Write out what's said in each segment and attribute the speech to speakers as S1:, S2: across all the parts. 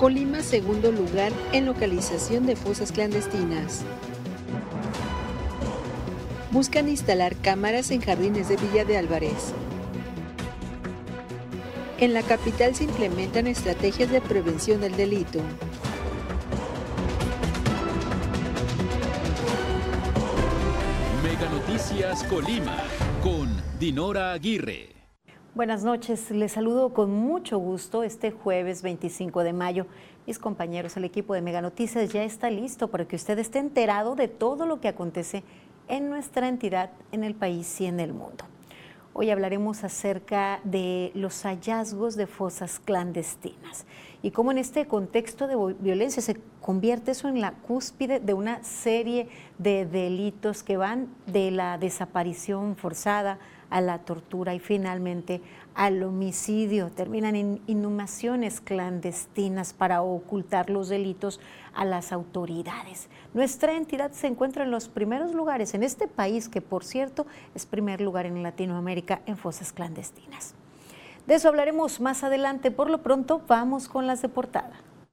S1: Colima, segundo lugar en localización de fosas clandestinas. Buscan instalar cámaras en jardines de Villa de Álvarez. En la capital se implementan estrategias de prevención del delito.
S2: Mega Noticias Colima con Dinora Aguirre.
S3: Buenas noches, les saludo con mucho gusto este jueves 25 de mayo. Mis compañeros, el equipo de Mega Noticias ya está listo para que usted esté enterado de todo lo que acontece en nuestra entidad, en el país y en el mundo. Hoy hablaremos acerca de los hallazgos de fosas clandestinas y cómo en este contexto de violencia se convierte eso en la cúspide de una serie de delitos que van de la desaparición forzada a la tortura y finalmente al homicidio. Terminan en inhumaciones clandestinas para ocultar los delitos a las autoridades. Nuestra entidad se encuentra en los primeros lugares en este país, que por cierto es primer lugar en Latinoamérica en fosas clandestinas. De eso hablaremos más adelante. Por lo pronto vamos con las de portada.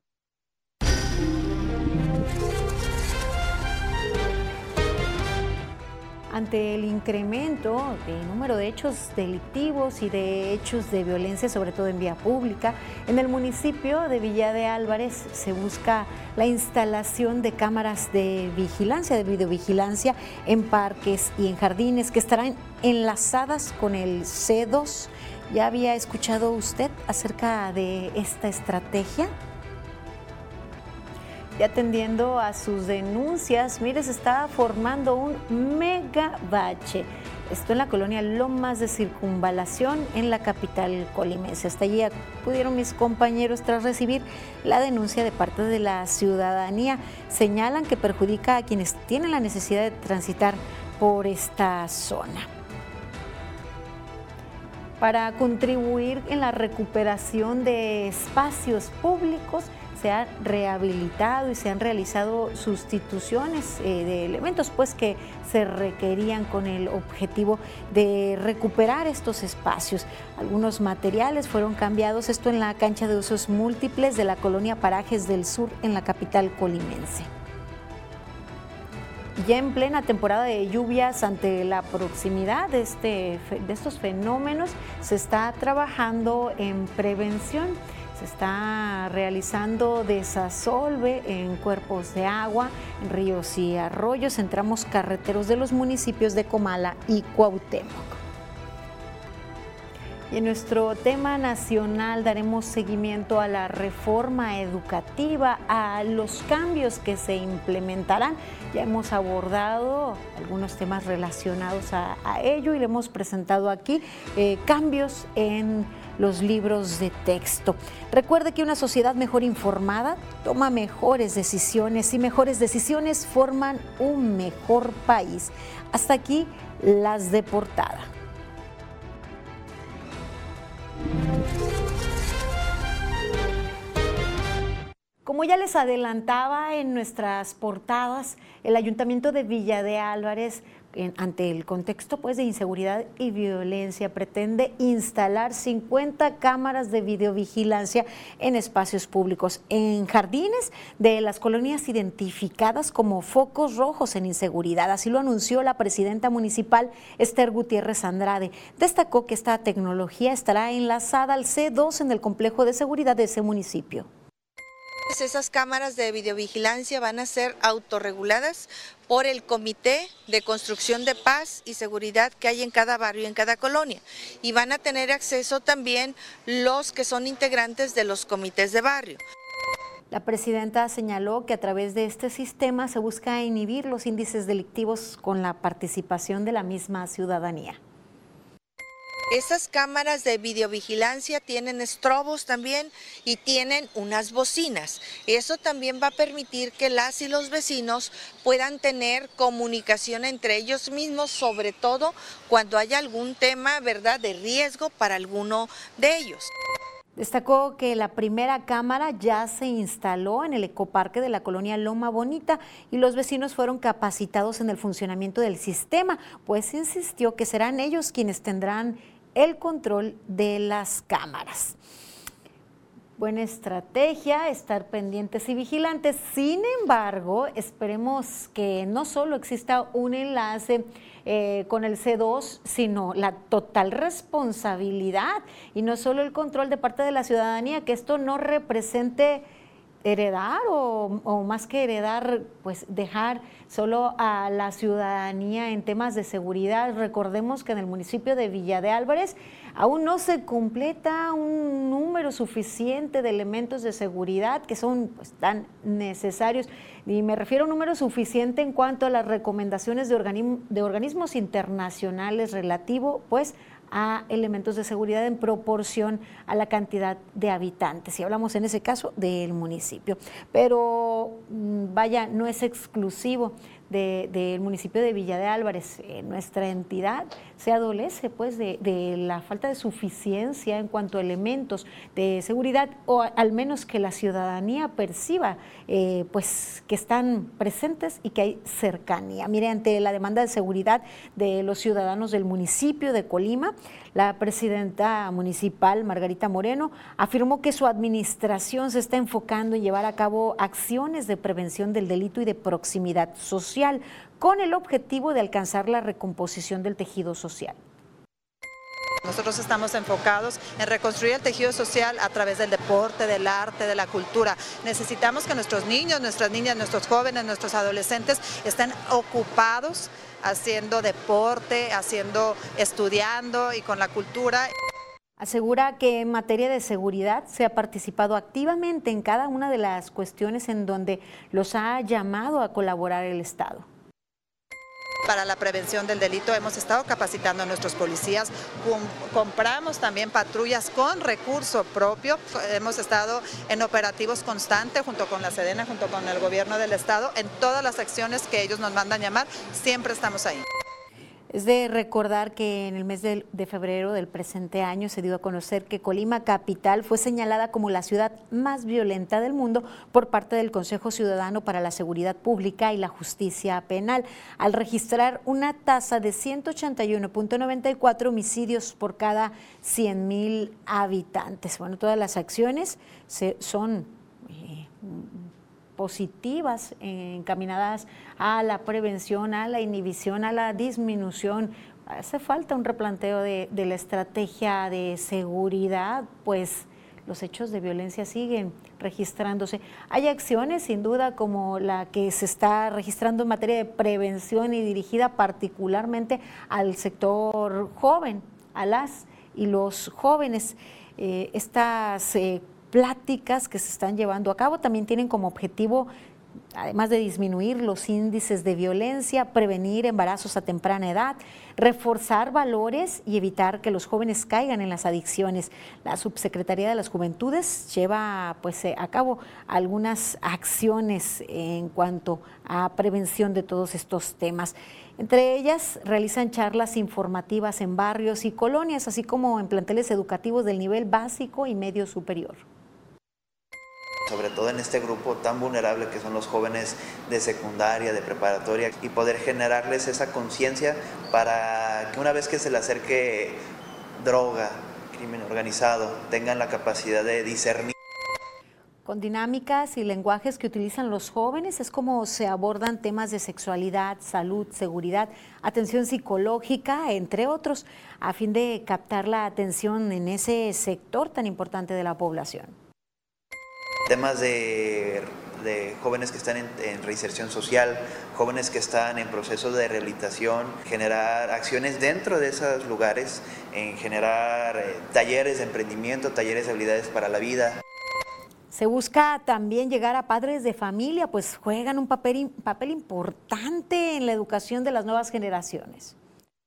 S3: Ante el incremento del número de hechos delictivos y de hechos de violencia, sobre todo en vía pública, en el municipio de Villa de Álvarez se busca la instalación de cámaras de vigilancia, de videovigilancia en parques y en jardines que estarán enlazadas con el C2. ¿Ya había escuchado usted acerca de esta estrategia? Y atendiendo a sus denuncias, mire, se está formando un mega bache. Esto en la colonia Lomas de Circunvalación, en la capital colimense. Hasta allí acudieron mis compañeros tras recibir la denuncia de parte de la ciudadanía. Señalan que perjudica a quienes tienen la necesidad de transitar por esta zona. Para contribuir en la recuperación de espacios públicos, se ha rehabilitado y se han realizado sustituciones de elementos pues que se requerían con el objetivo de recuperar estos espacios. Algunos materiales fueron cambiados, esto en la cancha de usos múltiples de la colonia Parajes del Sur en la capital colimense. Ya en plena temporada de lluvias, ante la proximidad de estos fenómenos, se está trabajando en prevención. Se está realizando desasolve en cuerpos de agua, en ríos y arroyos, en tramos carreteros de los municipios de Comala y Cuauhtémoc. Y en nuestro tema nacional daremos seguimiento a la reforma educativa, a los cambios que se implementarán. Ya hemos abordado algunos temas relacionados a ello y le hemos presentado aquí cambios en los libros de texto. Recuerde que una sociedad mejor informada toma mejores decisiones y mejores decisiones forman un mejor país. Hasta aquí las de portada. Como ya les adelantaba en nuestras portadas, el Ayuntamiento de Villa de Álvarez, ante el contexto pues de inseguridad y violencia, pretende instalar 50 cámaras de videovigilancia en espacios públicos, en jardines de las colonias identificadas como focos rojos en inseguridad. Así lo anunció la presidenta municipal, Esther Gutiérrez Andrade. Destacó que esta tecnología estará enlazada al C2 en el complejo de seguridad de ese municipio.
S4: Esas cámaras de videovigilancia van a ser autorreguladas por el Comité de Construcción de Paz y Seguridad que hay en cada barrio y en cada colonia, y van a tener acceso también los que son integrantes de los comités de barrio.
S3: La presidenta señaló que a través de este sistema se busca inhibir los índices delictivos con la participación de la misma ciudadanía.
S4: Esas cámaras de videovigilancia tienen estrobos también y tienen unas bocinas. Eso también va a permitir que las y los vecinos puedan tener comunicación entre ellos mismos, sobre todo cuando haya algún tema, ¿verdad?, de riesgo para alguno de ellos.
S3: Destacó que la primera cámara ya se instaló en el ecoparque de la colonia Loma Bonita y los vecinos fueron capacitados en el funcionamiento del sistema, pues insistió que serán ellos quienes tendrán el control de las cámaras. Buena estrategia, estar pendientes y vigilantes. Sin embargo, esperemos que no solo exista un enlace con el C2, sino la total responsabilidad y no solo el control de parte de la ciudadanía, que esto no represente heredar o más que heredar, pues dejar solo a la ciudadanía en temas de seguridad. Recordemos que en el municipio de Villa de Álvarez aún no se completa un número suficiente de elementos de seguridad que son pues tan necesarios, y me refiero a un número suficiente en cuanto a las recomendaciones de organismos internacionales relativo pues a elementos de seguridad en proporción a la cantidad de habitantes, y hablamos en ese caso del municipio. Pero vaya, no es exclusivo del municipio de Villa de Álvarez. Nuestra entidad se adolece pues de la falta de suficiencia en cuanto a elementos de seguridad, o al menos que la ciudadanía perciba pues que están presentes y que hay cercanía. Mire, ante la demanda de seguridad de los ciudadanos del municipio de Colima, la presidenta municipal, Margarita Moreno, afirmó que su administración se está enfocando en llevar a cabo acciones de prevención del delito y de proximidad social, con el objetivo de alcanzar la recomposición del tejido social.
S5: Nosotros estamos enfocados en reconstruir el tejido social a través del deporte, del arte, de la cultura. Necesitamos que nuestros niños, nuestras niñas, nuestros jóvenes, nuestros adolescentes estén ocupados haciendo deporte, estudiando y con la cultura.
S3: Asegura que en materia de seguridad se ha participado activamente en cada una de las cuestiones en donde los ha llamado a colaborar el Estado.
S5: Para la prevención del delito hemos estado capacitando a nuestros policías, compramos también patrullas con recurso propio, hemos estado en operativos constantes junto con la Sedena, junto con el gobierno del Estado, en todas las acciones que ellos nos mandan llamar, siempre estamos ahí.
S3: Es de recordar que en el mes de febrero del presente año se dio a conocer que Colima Capital fue señalada como la ciudad más violenta del mundo por parte del Consejo Ciudadano para la Seguridad Pública y la Justicia Penal, al registrar una tasa de 181.94 homicidios por cada 100,000 habitantes. Bueno, todas las acciones son positivas, encaminadas a la prevención, a la inhibición, a la disminución. Hace falta un replanteo de la estrategia de seguridad, pues los hechos de violencia siguen registrándose. Hay acciones sin duda como la que se está registrando en materia de prevención y dirigida particularmente al sector joven, a las y los jóvenes. Estas pláticas que se están llevando a cabo también tienen como objetivo, además de disminuir los índices de violencia, prevenir embarazos a temprana edad, reforzar valores y evitar que los jóvenes caigan en las adicciones. La Subsecretaría de las Juventudes lleva pues a cabo algunas acciones en cuanto a prevención de todos estos temas. Entre ellas, realizan charlas informativas en barrios y colonias, así como en planteles educativos del nivel básico y medio superior.
S6: Sobre todo en este grupo tan vulnerable que son los jóvenes de secundaria, de preparatoria, y poder generarles esa conciencia para que una vez que se le acerque droga, crimen organizado, tengan la capacidad de discernir.
S3: Con dinámicas y lenguajes que utilizan los jóvenes es como se abordan temas de sexualidad, salud, seguridad, atención psicológica, entre otros, a fin de captar la atención en ese sector tan importante de la población.
S6: Temas de jóvenes que están en reinserción social, jóvenes que están en proceso de rehabilitación, generar acciones dentro de esos lugares, en generar talleres de emprendimiento, talleres de habilidades para la vida.
S3: Se busca también llegar a padres de familia, pues juegan un papel importante en la educación de las nuevas generaciones.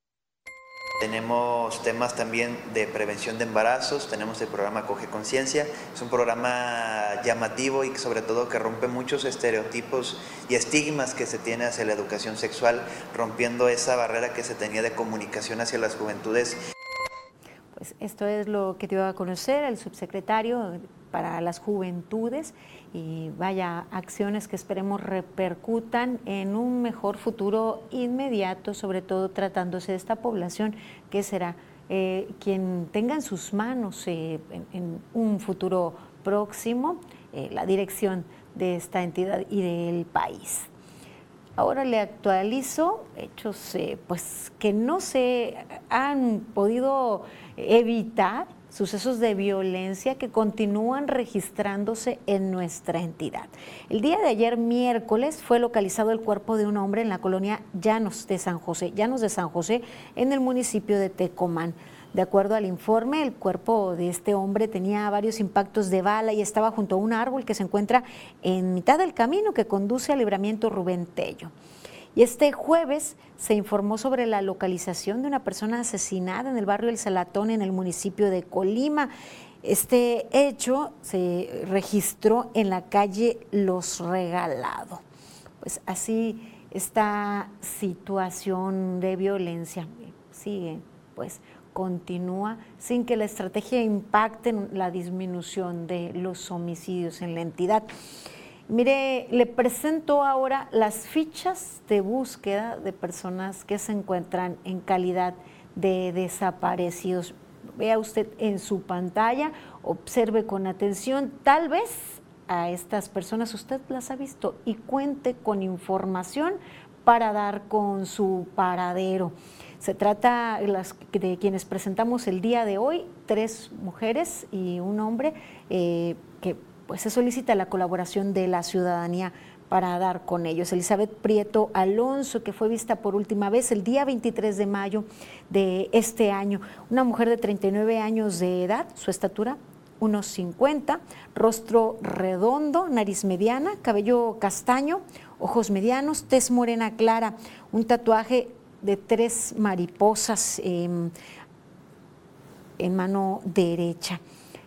S6: Tenemos temas también de prevención de embarazos, tenemos el programa Coge Conciencia, es un programa llamativo y sobre todo que rompe muchos estereotipos y estigmas que se tiene hacia la educación sexual, rompiendo esa barrera que se tenía de comunicación hacia las juventudes.
S3: Pues esto es lo que te iba a conocer el subsecretario para las juventudes, y vaya, acciones que esperemos repercutan en un mejor futuro inmediato, sobre todo tratándose de esta población que será quien tenga en sus manos en un futuro próximo la dirección de esta entidad y del país. Ahora le actualizo hechos pues que no se han podido evitar, sucesos de violencia que continúan registrándose en nuestra entidad. El día de ayer, miércoles, fue localizado el cuerpo de un hombre en la colonia Llanos de San José, en el municipio de Tecomán. De acuerdo al informe, el cuerpo de este hombre tenía varios impactos de bala y estaba junto a un árbol que se encuentra en mitad del camino que conduce al libramiento Rubén Tello. Y este jueves se informó sobre la localización de una persona asesinada en el barrio El Salatón, en el municipio de Colima. Este hecho se registró en la calle Los Regalados. Pues así esta situación de violencia sigue, pues continúa sin que la estrategia impacte en la disminución de los homicidios en la entidad. Mire, le presento ahora las fichas de búsqueda de personas que se encuentran en calidad de desaparecidos. Vea usted en su pantalla, observe con atención, tal vez a estas personas usted las ha visto y cuente con información para dar con su paradero. Se trata de quienes presentamos el día de hoy, 3 mujeres y un hombre que pues se solicita la colaboración de la ciudadanía para dar con ellos. Elizabeth Prieto Alonso, que fue vista por última vez el día 23 de mayo de este año, una mujer de 39 años de edad, su estatura 1,50, rostro redondo, nariz mediana, cabello castaño, ojos medianos, tez morena clara, un tatuaje de 3 mariposas en mano derecha.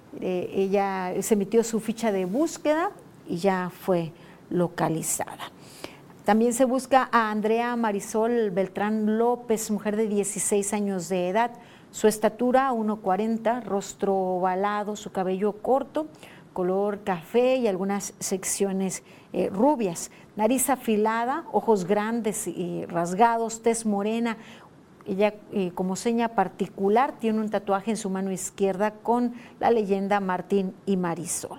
S3: Ella se emitió su ficha de búsqueda y ya fue localizada. También se busca a Andrea Marisol Beltrán López, mujer de 16 años de edad, su estatura 1,40, rostro ovalado, su cabello corto, color café y algunas secciones rubias, nariz afilada, ojos grandes y rasgados, tez morena. Ella como seña particular tiene un tatuaje en su mano izquierda con la leyenda Martín y Marisol.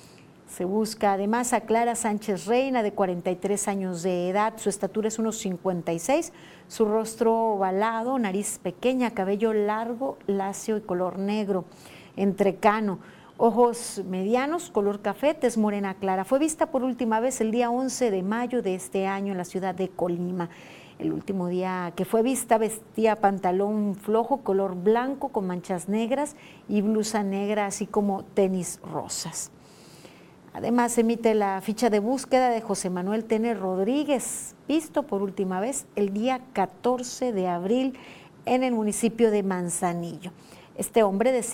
S3: Se busca además a Clara Sánchez Reina, de 43 años de edad, su estatura es 1,56, su rostro ovalado, nariz pequeña, cabello largo, lacio y color negro, entrecano, ojos medianos, color café, tez morena clara. Fue vista por última vez el día 11 de mayo de este año en la ciudad de Colima. El último día que fue vista vestía pantalón flojo, color blanco con manchas negras y blusa negra, así como tenis rosas. Además, se emite la ficha de búsqueda de José Manuel Tene Rodríguez, visto por última vez el día 14 de abril en el municipio de Manzanillo. Este hombre de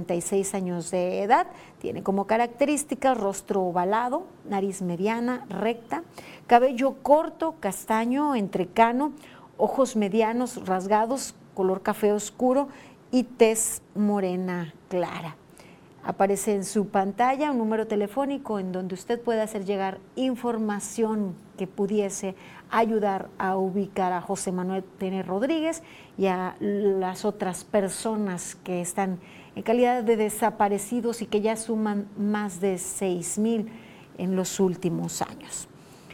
S3: 56 años de edad tiene como características rostro ovalado, nariz mediana, recta, cabello corto, castaño, entrecano, ojos medianos rasgados, color café oscuro y tez morena clara. Aparece en su pantalla un número telefónico en donde usted puede hacer llegar información que pudiese ayudar a ubicar a José Manuel Tene Rodríguez y a las otras personas que están en calidad de desaparecidos y que ya suman más de 6,000 en los últimos años.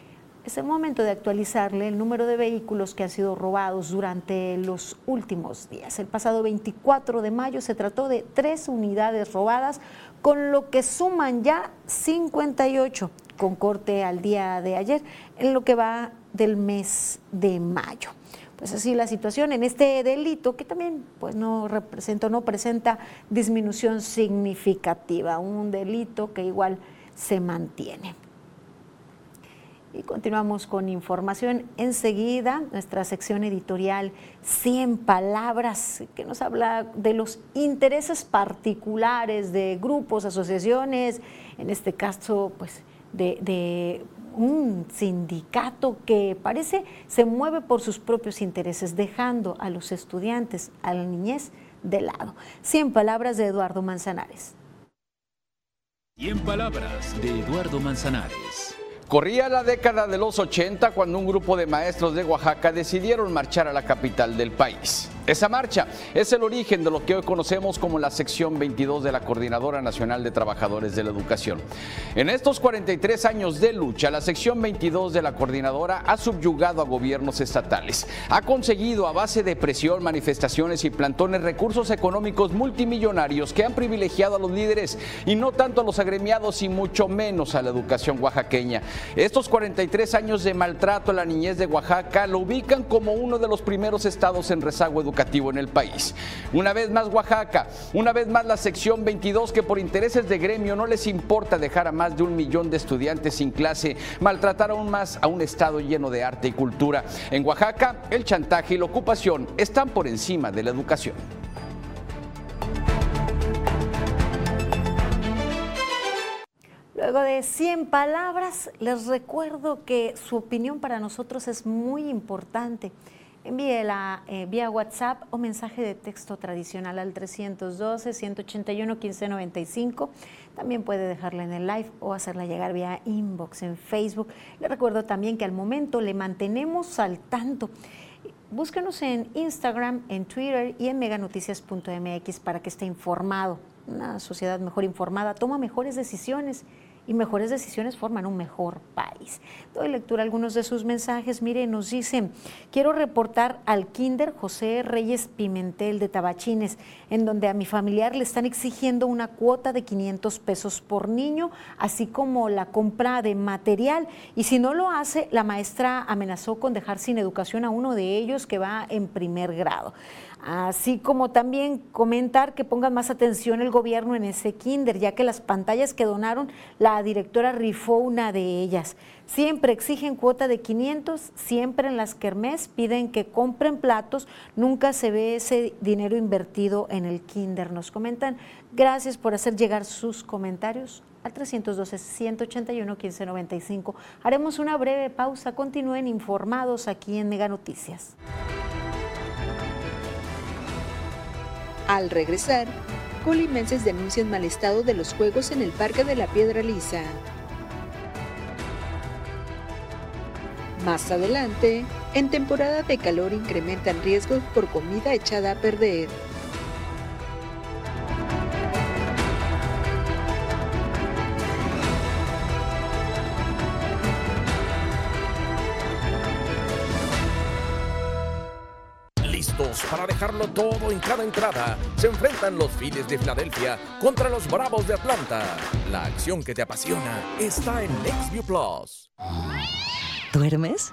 S3: Es el momento de actualizarle el número de vehículos que han sido robados durante los últimos días. El pasado 24 de mayo se trató de 3 unidades robadas, con lo que suman ya 58 con corte al día de ayer, en lo que va del mes de mayo. Pues así la situación en este delito, que también pues no presenta disminución significativa, un delito que igual se mantiene. Y continuamos con información. Enseguida, nuestra sección editorial 100 palabras, que nos habla de los intereses particulares de grupos, asociaciones, en este caso, pues, de un sindicato que parece se mueve por sus propios intereses, dejando a los estudiantes, a la niñez, de lado. 100 palabras de Eduardo Manzanares.
S2: 100 palabras de Eduardo Manzanares.
S7: Corría la década de los 80 cuando un grupo de maestros de Oaxaca decidieron marchar a la capital del país. Esa marcha es el origen de lo que hoy conocemos como la sección 22 de la Coordinadora Nacional de Trabajadores de la Educación. En estos 43 años de lucha, la sección 22 de la Coordinadora ha subyugado a gobiernos estatales. Ha conseguido a base de presión, manifestaciones y plantones recursos económicos multimillonarios que han privilegiado a los líderes y no tanto a los agremiados y mucho menos a la educación oaxaqueña. Estos 43 años de maltrato a la niñez de Oaxaca lo ubican como uno de los primeros estados en rezago educativo en el país. Una vez más Oaxaca, una vez más la sección 22, que por intereses de gremio no les importa dejar a más de 1 millón de estudiantes sin clase, maltratar aún más a un estado lleno de arte y cultura. En Oaxaca, el chantaje y la ocupación están por encima de la educación.
S3: Luego de 100 palabras, les recuerdo que su opinión para nosotros es muy importante. Envíela vía WhatsApp o mensaje de texto tradicional al 312-181-1595. También puede dejarla en el live o hacerla llegar vía inbox en Facebook. Le recuerdo también que al momento le mantenemos al tanto. Búsquenos en Instagram, en Twitter y en meganoticias.mx para que esté informado. Una sociedad mejor informada toma mejores decisiones y mejores decisiones forman un mejor país. Doy lectura a algunos de sus mensajes. Mire, nos dicen: quiero reportar al Kinder José Reyes Pimentel de Tabachines, en donde a mi familiar le están exigiendo una cuota de 500 pesos por niño, así como la compra de material, y si no lo hace, la maestra amenazó con dejar sin educación a uno de ellos que va en primer grado. Así como también comentar que pongan más atención el gobierno en ese kinder, ya que las pantallas que donaron, la directora rifó una de ellas. Siempre exigen cuota de 500, siempre en las kermés piden que compren platos, nunca se ve ese dinero invertido en el kinder. Nos comentan. Gracias por hacer llegar sus comentarios al 312-181-1595. Haremos una breve pausa. Continúen informados aquí en Mega Noticias.
S1: Al regresar, colimenses denuncian mal estado de los juegos en el Parque de la Piedra Lisa. Más adelante, en temporada de calor incrementan riesgos por comida echada a perder.
S8: Para dejarlo todo en cada entrada, se enfrentan los Phillies de Filadelfia contra los Bravos de Atlanta. La acción que te apasiona está en Nextview Plus.
S9: ¿Duermes?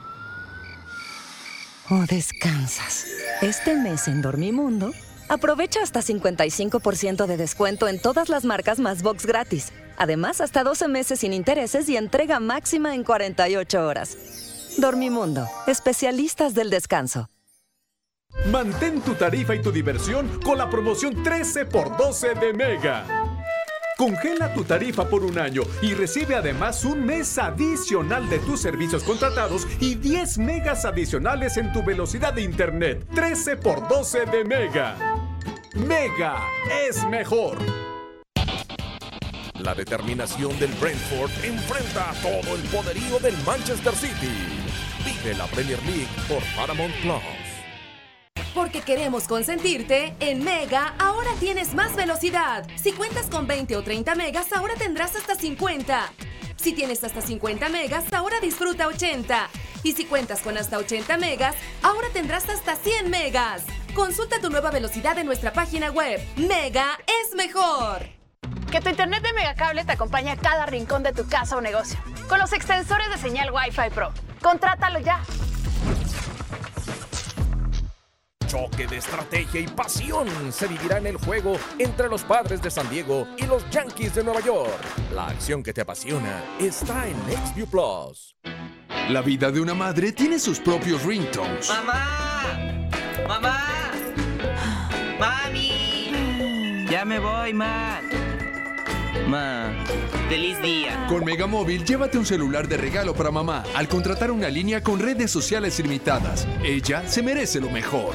S9: ¿O descansas? Este mes en Dormimundo, aprovecha hasta 55% de descuento en todas las marcas más box gratis. Además, hasta 12 meses sin intereses y entrega máxima en 48 horas. Dormimundo, especialistas del descanso.
S2: Mantén tu tarifa y tu diversión con la promoción 13x12 de Mega. Congela tu tarifa por 1 año y recibe además un mes adicional de tus servicios contratados y 10 megas adicionales en tu velocidad de internet. 13x12 de Mega. Mega es mejor.
S8: La determinación del Brentford enfrenta a todo el poderío del Manchester City. Vive la Premier League por Paramount Plus.
S10: Porque queremos consentirte, en Mega ahora tienes más velocidad. Si cuentas con 20 o 30 megas, ahora tendrás hasta 50. Si tienes hasta 50 megas, ahora disfruta 80. Y si cuentas con hasta 80 megas, ahora tendrás hasta 100 megas. Consulta tu nueva velocidad en nuestra página web. Mega es mejor.
S11: Que tu internet de Megacable te acompañe a cada rincón de tu casa o negocio. Con los extensores de señal Wi-Fi Pro. ¡Contrátalo ya!
S8: Choque de estrategia y pasión se vivirá en el juego entre los Padres de San Diego y los Yankees de Nueva York. La acción que te apasiona está en Nextview Plus.
S12: La vida de una madre tiene sus propios ringtones.
S13: ¡Mamá! ¡Mamá! ¡Mami! Ya me voy, ma. Ma, feliz día.
S12: Con Megamóvil, llévate un celular de regalo para mamá al contratar una línea con redes sociales ilimitadas. Ella se merece lo mejor.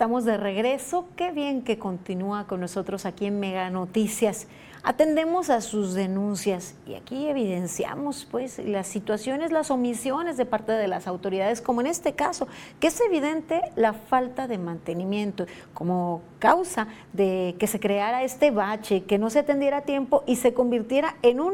S3: Estamos de regreso. Qué bien que continúa con nosotros aquí en Mega Noticias. Atendemos a sus denuncias y aquí evidenciamos pues las situaciones, las omisiones de parte de las autoridades, como en este caso, que es evidente la falta de mantenimiento como causa de que se creara este bache, que no se atendiera a tiempo y se convirtiera en un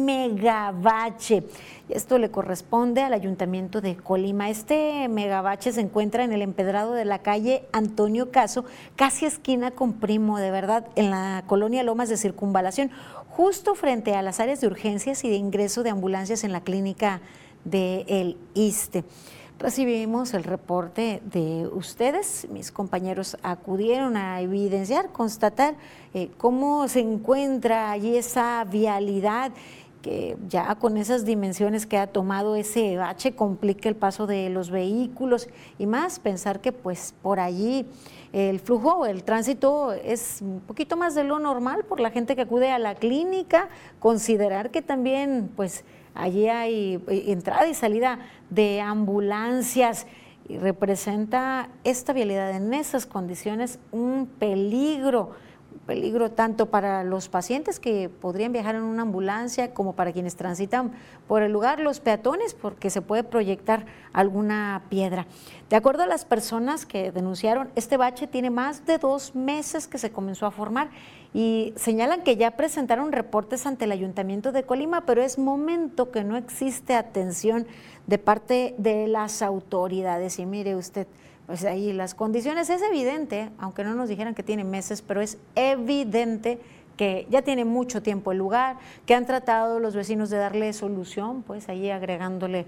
S3: megabache. Esto le corresponde al Ayuntamiento de Colima. Este megabache se encuentra en el empedrado de la calle Antonio Caso, casi esquina con Primo de Verdad, en la colonia Lomas de Circunvalación, justo frente a las áreas de urgencias y de ingreso de ambulancias en la clínica del ISSSTE. Recibimos el reporte de ustedes, mis compañeros acudieron a evidenciar, constatar cómo se encuentra allí esa vialidad, que ya con esas dimensiones que ha tomado ese bache complica el paso de los vehículos y más pensar que pues por allí el flujo, el tránsito es un poquito más de lo normal por la gente que acude a la clínica, considerar que también pues allí hay entrada y salida de ambulancias y representa esta vialidad en esas condiciones un peligro tanto para los pacientes que podrían viajar en una ambulancia como para quienes transitan por el lugar, los peatones, porque se puede proyectar alguna piedra. De acuerdo a las personas que denunciaron, este bache tiene más de 2 meses que se comenzó a formar y señalan que ya presentaron reportes ante el Ayuntamiento de Colima, pero es momento que no existe atención de parte de las autoridades. Y mire usted, pues ahí las condiciones, es evidente, aunque no nos dijeran que tiene meses, pero es evidente que ya tiene mucho tiempo el lugar, que han tratado los vecinos de darle solución, pues ahí agregándole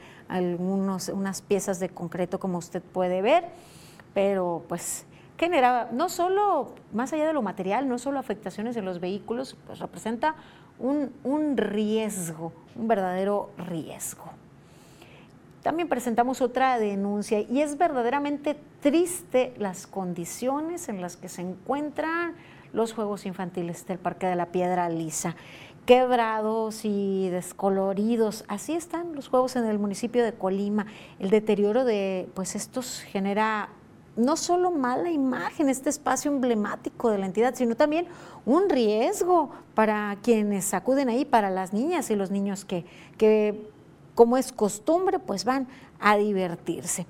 S3: unas piezas de concreto, como usted puede ver, pero pues generaba, no solo, más allá de lo material, no solo afectaciones en los vehículos, pues representa un riesgo, un verdadero riesgo. También presentamos otra denuncia y es verdaderamente triste las condiciones en las que se encuentran los juegos infantiles del Parque de la Piedra Lisa. Quebrados y descoloridos, así están los juegos en el municipio de Colima. El deterioro de pues estos genera no solo mala imagen, este espacio emblemático de la entidad, sino también un riesgo para quienes acuden ahí, para las niñas y los niños que como es costumbre, pues van a divertirse.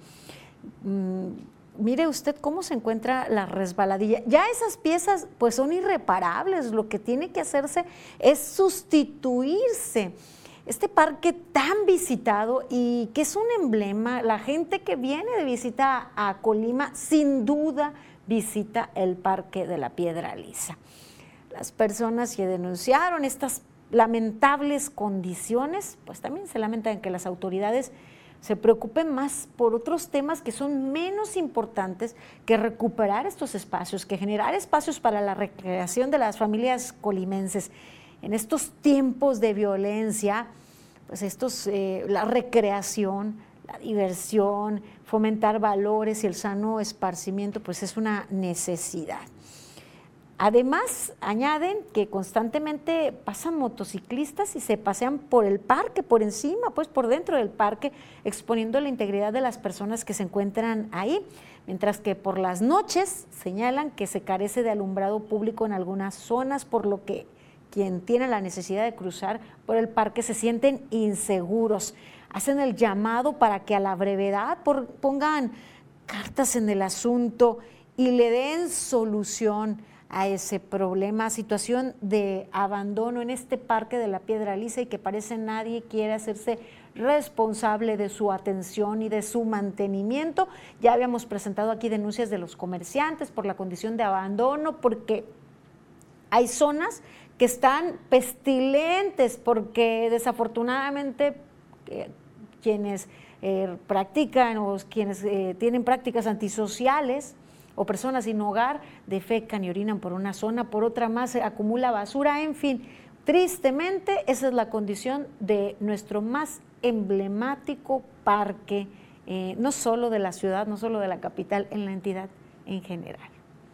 S3: Mire usted cómo se encuentra la resbaladilla. Ya esas piezas pues son irreparables, lo que tiene que hacerse es sustituirse. Este parque tan visitado y que es un emblema, la gente que viene de visita a Colima sin duda visita el Parque de la Piedra Lisa. Las personas que denunciaron estas lamentables condiciones, pues también se lamentan que las autoridades se preocupen más por otros temas que son menos importantes que recuperar estos espacios, que generar espacios para la recreación de las familias colimenses. En estos tiempos de violencia, pues la recreación, la diversión, fomentar valores y el sano esparcimiento, pues es una necesidad. Además, añaden que constantemente pasan motociclistas y se pasean por el parque, por encima, pues por dentro del parque, exponiendo la integridad de las personas que se encuentran ahí, mientras que por las noches señalan que se carece de alumbrado público en algunas zonas, por lo que quien tiene la necesidad de cruzar por el parque se sienten inseguros. Hacen el llamado para que a la brevedad pongan cartas en el asunto y le den solución a ese problema, situación de abandono en este Parque de la Piedra Lisa y que parece nadie quiere hacerse responsable de su atención y de su mantenimiento. Ya habíamos presentado aquí denuncias de los comerciantes por la condición de abandono, porque hay zonas que están pestilentes, porque desafortunadamente quienes practican o quienes tienen prácticas antisociales o personas sin hogar defecan y orinan por una zona, por otra más se acumula basura, en fin, tristemente esa es la condición de nuestro más emblemático parque, no solo de la ciudad, no solo de la capital, en la entidad en general.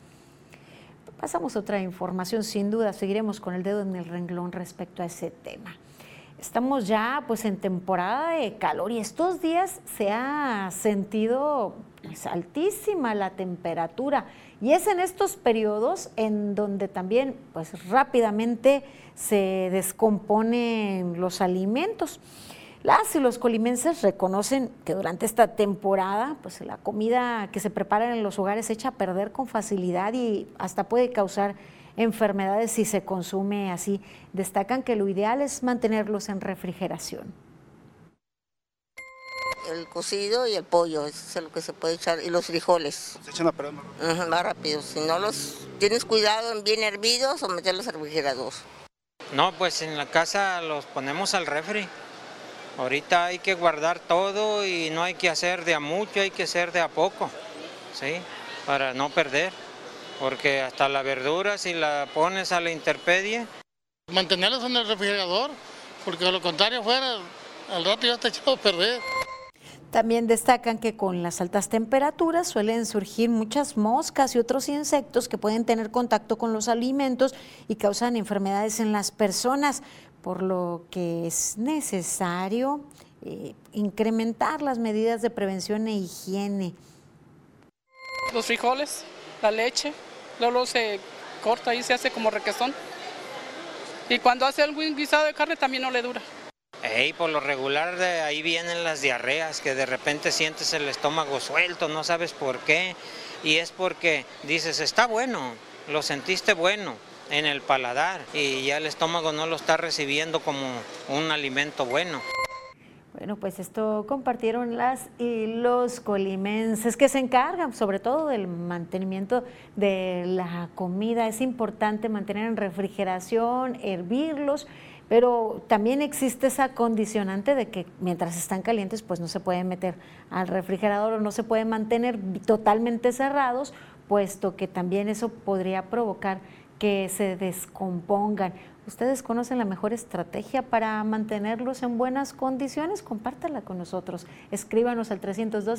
S3: Pasamos a otra información, sin duda seguiremos con el dedo en el renglón respecto a ese tema. Estamos ya pues en temporada de calor y estos días se ha sentido es altísima la temperatura y es en estos periodos en donde también pues rápidamente se descomponen los alimentos. Las y los colimenses reconocen que durante esta temporada pues la comida que se prepara en los hogares se echa a perder con facilidad y hasta puede causar enfermedades si se consume así. Destacan que lo ideal es mantenerlos en refrigeración.
S14: El cocido y el pollo, eso es lo que se puede echar, y los frijoles.
S15: Se echan a perder
S14: más rápido. Si no los tienes cuidado en bien hervidos o meterlos al refrigerador.
S16: No, pues en la casa los ponemos al refri. Ahorita hay que guardar todo y no hay que hacer de a mucho, hay que hacer de a poco, ¿sí? Para no perder, porque hasta la verdura si la pones a la intemperie.
S17: Mantenerlos en el refrigerador, porque de lo contrario fuera, al rato ya está echado a perder.
S3: También destacan que con las altas temperaturas suelen surgir muchas moscas y otros insectos que pueden tener contacto con los alimentos y causan enfermedades en las personas, por lo que es necesario incrementar las medidas de prevención e higiene.
S18: Los frijoles, la leche, luego se corta y se hace como requesón. Y cuando hace algún guisado de carne también no le dura.
S16: Por lo regular de ahí vienen las diarreas, que de repente sientes el estómago suelto, no sabes por qué, y es porque dices, está bueno, lo sentiste bueno en el paladar, y ya el estómago no lo está recibiendo como un alimento bueno.
S3: Bueno, pues esto compartieron las y los colimenses que se encargan sobre todo del mantenimiento de la comida. Es importante mantener en refrigeración, hervirlos, pero también existe esa condicionante de que mientras están calientes pues no se pueden meter al refrigerador o no se pueden mantener totalmente cerrados, puesto que también eso podría provocar que se descompongan. ¿Ustedes conocen la mejor estrategia para mantenerlos en buenas condiciones? Compártanla con nosotros. Escríbanos al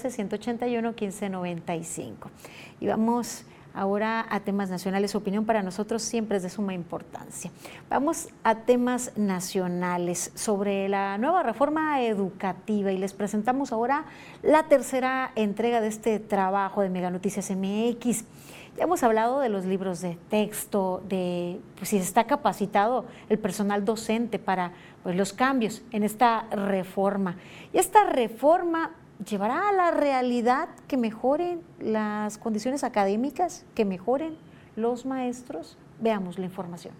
S3: 312-181-1595. Y vamos ahora a temas nacionales. Su opinión para nosotros siempre es de suma importancia. Vamos a temas nacionales sobre la nueva reforma educativa y les presentamos ahora la tercera entrega de este trabajo de Mega Noticias MX. Ya hemos hablado de los libros de texto, de pues, si está capacitado el personal docente para pues, los cambios en esta reforma. Y esta reforma llevará a la realidad que mejoren las condiciones académicas, que mejoren los maestros. Veamos la información.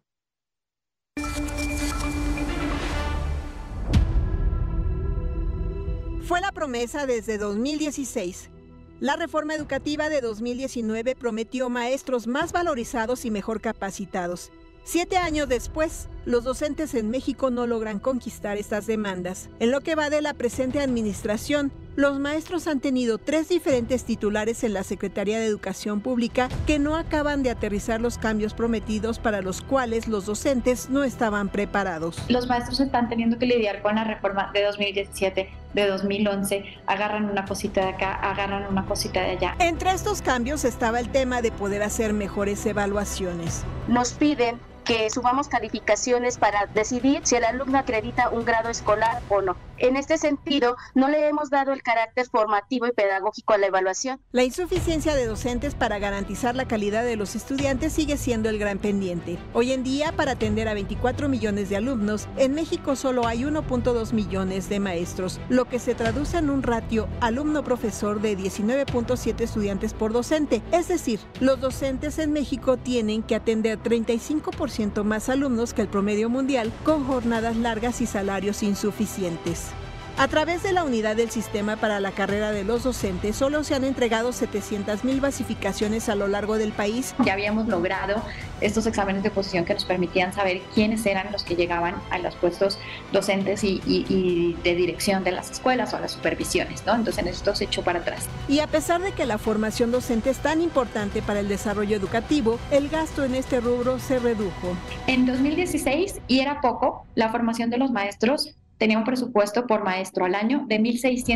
S19: Fue la promesa desde 2016. La reforma educativa de 2019 prometió maestros más valorizados y mejor capacitados. 7 años después, los docentes en México no logran conquistar estas demandas. En lo que va de la presente administración, los maestros han tenido 3 diferentes titulares en la Secretaría de Educación Pública que no acaban de aterrizar los cambios prometidos para los cuales los docentes no estaban preparados.
S20: Los maestros están teniendo que lidiar con la reforma de 2017, de 2011, agarran una cosita de acá, agarran una cosita de allá.
S19: Entre estos cambios estaba el tema de poder hacer mejores evaluaciones.
S21: Nos piden que subamos calificaciones para decidir si el alumno acredita un grado escolar o no. En este sentido, no le hemos dado el carácter formativo y pedagógico a la evaluación.
S19: La insuficiencia de docentes para garantizar la calidad de los estudiantes sigue siendo el gran pendiente. Hoy en día, para atender a 24 millones de alumnos, en México solo hay 1.2 millones de maestros, lo que se traduce en un ratio alumno-profesor de 19.7 estudiantes por docente. Es decir, los docentes en México tienen que atender 35% más alumnos que el promedio mundial, con jornadas largas y salarios insuficientes. A través de la unidad del sistema para la carrera de los docentes, solo se han entregado 700,000 basificaciones a lo largo del país.
S20: Ya habíamos logrado estos exámenes de oposición que nos permitían saber quiénes eran los que llegaban a los puestos docentes y de dirección de las escuelas o a las supervisiones, ¿no? Entonces en esto se echó para atrás.
S19: Y a pesar de que la formación docente es tan importante para el desarrollo educativo, el gasto en este rubro se redujo.
S20: En 2016, y era poco, la formación de los maestros tenía un presupuesto por maestro al año de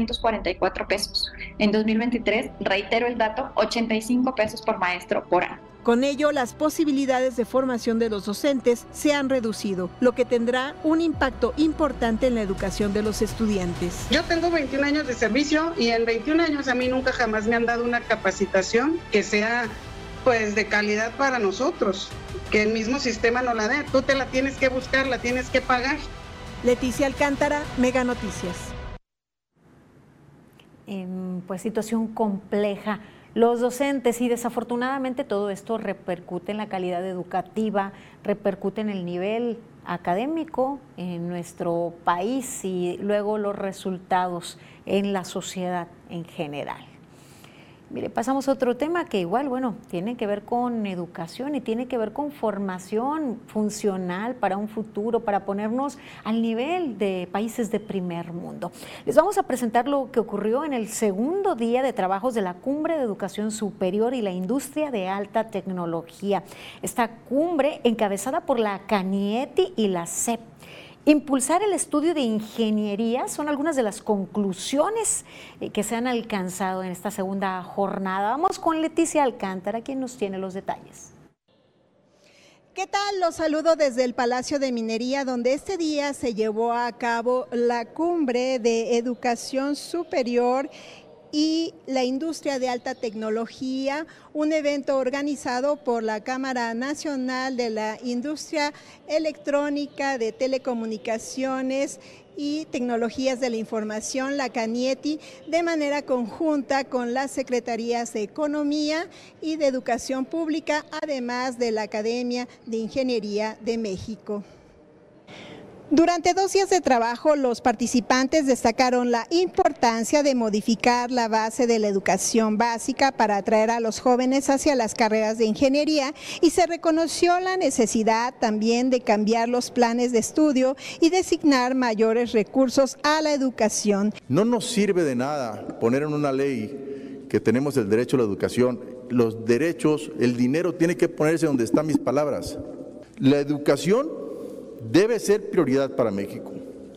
S20: 1,644 pesos. En 2023, reitero el dato, 85 pesos por maestro por año.
S19: Con ello, las posibilidades de formación de los docentes se han reducido, lo que tendrá un impacto importante en la educación de los estudiantes.
S15: Yo tengo 21 años de servicio y en 21 años a mí nunca jamás me han dado una capacitación que sea pues de calidad para nosotros, que el mismo sistema no la dé. Tú te la tienes que buscar, la tienes que pagar.
S19: Leticia Alcántara, Mega Noticias.
S3: Pues situación compleja. Los docentes, y desafortunadamente todo esto repercute en la calidad educativa, repercute en el nivel académico en nuestro país y luego los resultados en la sociedad en general. Mire, pasamos a otro tema que igual, bueno, tiene que ver con educación y tiene que ver con formación funcional para un futuro, para ponernos al nivel de países de primer mundo. Les vamos a presentar lo que ocurrió en el segundo día de trabajos de la Cumbre de Educación Superior y la Industria de Alta Tecnología. Esta cumbre, encabezada por la CANIETI y la SEP. Impulsar el estudio de ingeniería son algunas de las conclusiones que se han alcanzado en esta segunda jornada. Vamos con Leticia Alcántara, quien nos tiene los detalles.
S19: ¿Qué tal? Los saludo desde el Palacio de Minería, donde este día se llevó a cabo la Cumbre de Educación Superior y la Industria de Alta Tecnología, un evento organizado por la Cámara Nacional de la Industria Electrónica, de Telecomunicaciones y Tecnologías de la Información, la CANIETI, de manera conjunta con las Secretarías de Economía y de Educación Pública, además de la Academia de Ingeniería de México. Durante 2 días de trabajo, los participantes destacaron la importancia de modificar la base de la educación básica para atraer a los jóvenes hacia las carreras de ingeniería y se reconoció la necesidad también de cambiar los planes de estudio y designar mayores recursos a la educación.
S22: No nos sirve de nada poner en una ley que tenemos el derecho a la educación. Los derechos, el dinero tiene que ponerse donde están mis palabras. La educación debe ser prioridad para México.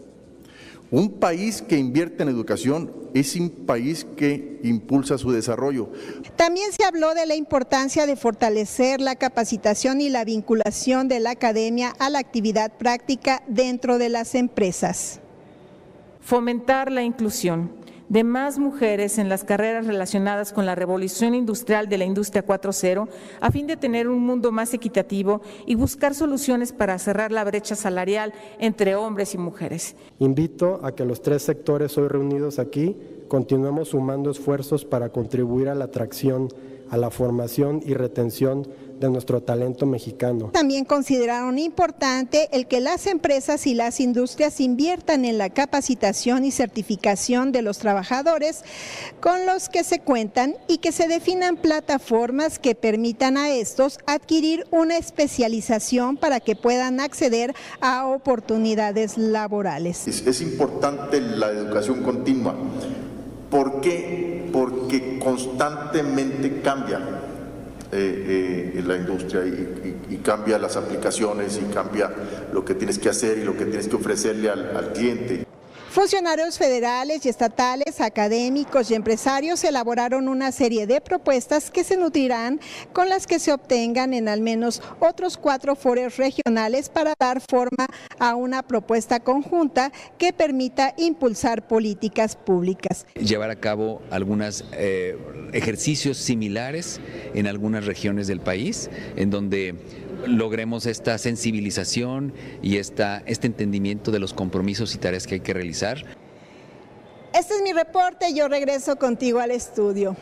S22: Un país que invierte en educación es un país que impulsa su desarrollo.
S19: También se habló de la importancia de fortalecer la capacitación y la vinculación de la academia a la actividad práctica dentro de las empresas.
S23: Fomentar la inclusión de más mujeres en las carreras relacionadas con la revolución industrial de la industria 4.0 a fin de tener un mundo más equitativo y buscar soluciones para cerrar la brecha salarial entre hombres y mujeres.
S24: Invito a que los 3 sectores hoy reunidos aquí continuemos sumando esfuerzos para contribuir a la atracción, a la formación y retención de nuestro talento mexicano.
S19: También consideraron importante el que las empresas y las industrias inviertan en la capacitación y certificación de los trabajadores con los que se cuentan y que se definan plataformas que permitan a estos adquirir una especialización para que puedan acceder a oportunidades laborales.
S22: Es importante la educación continua. ¿Por qué? Porque constantemente cambia la industria y cambia las aplicaciones y cambia lo que tienes que hacer y lo que tienes que ofrecerle al cliente.
S19: Funcionarios federales y estatales, académicos y empresarios elaboraron una serie de propuestas que se nutrirán con las que se obtengan en al menos otros 4 foros regionales para dar forma a una propuesta conjunta que permita impulsar políticas públicas.
S25: Llevar a cabo algunos ejercicios similares en algunas regiones del país, en donde logremos esta sensibilización y este entendimiento de los compromisos y tareas que hay que realizar.
S19: Este es mi reporte, yo regreso contigo al estudio.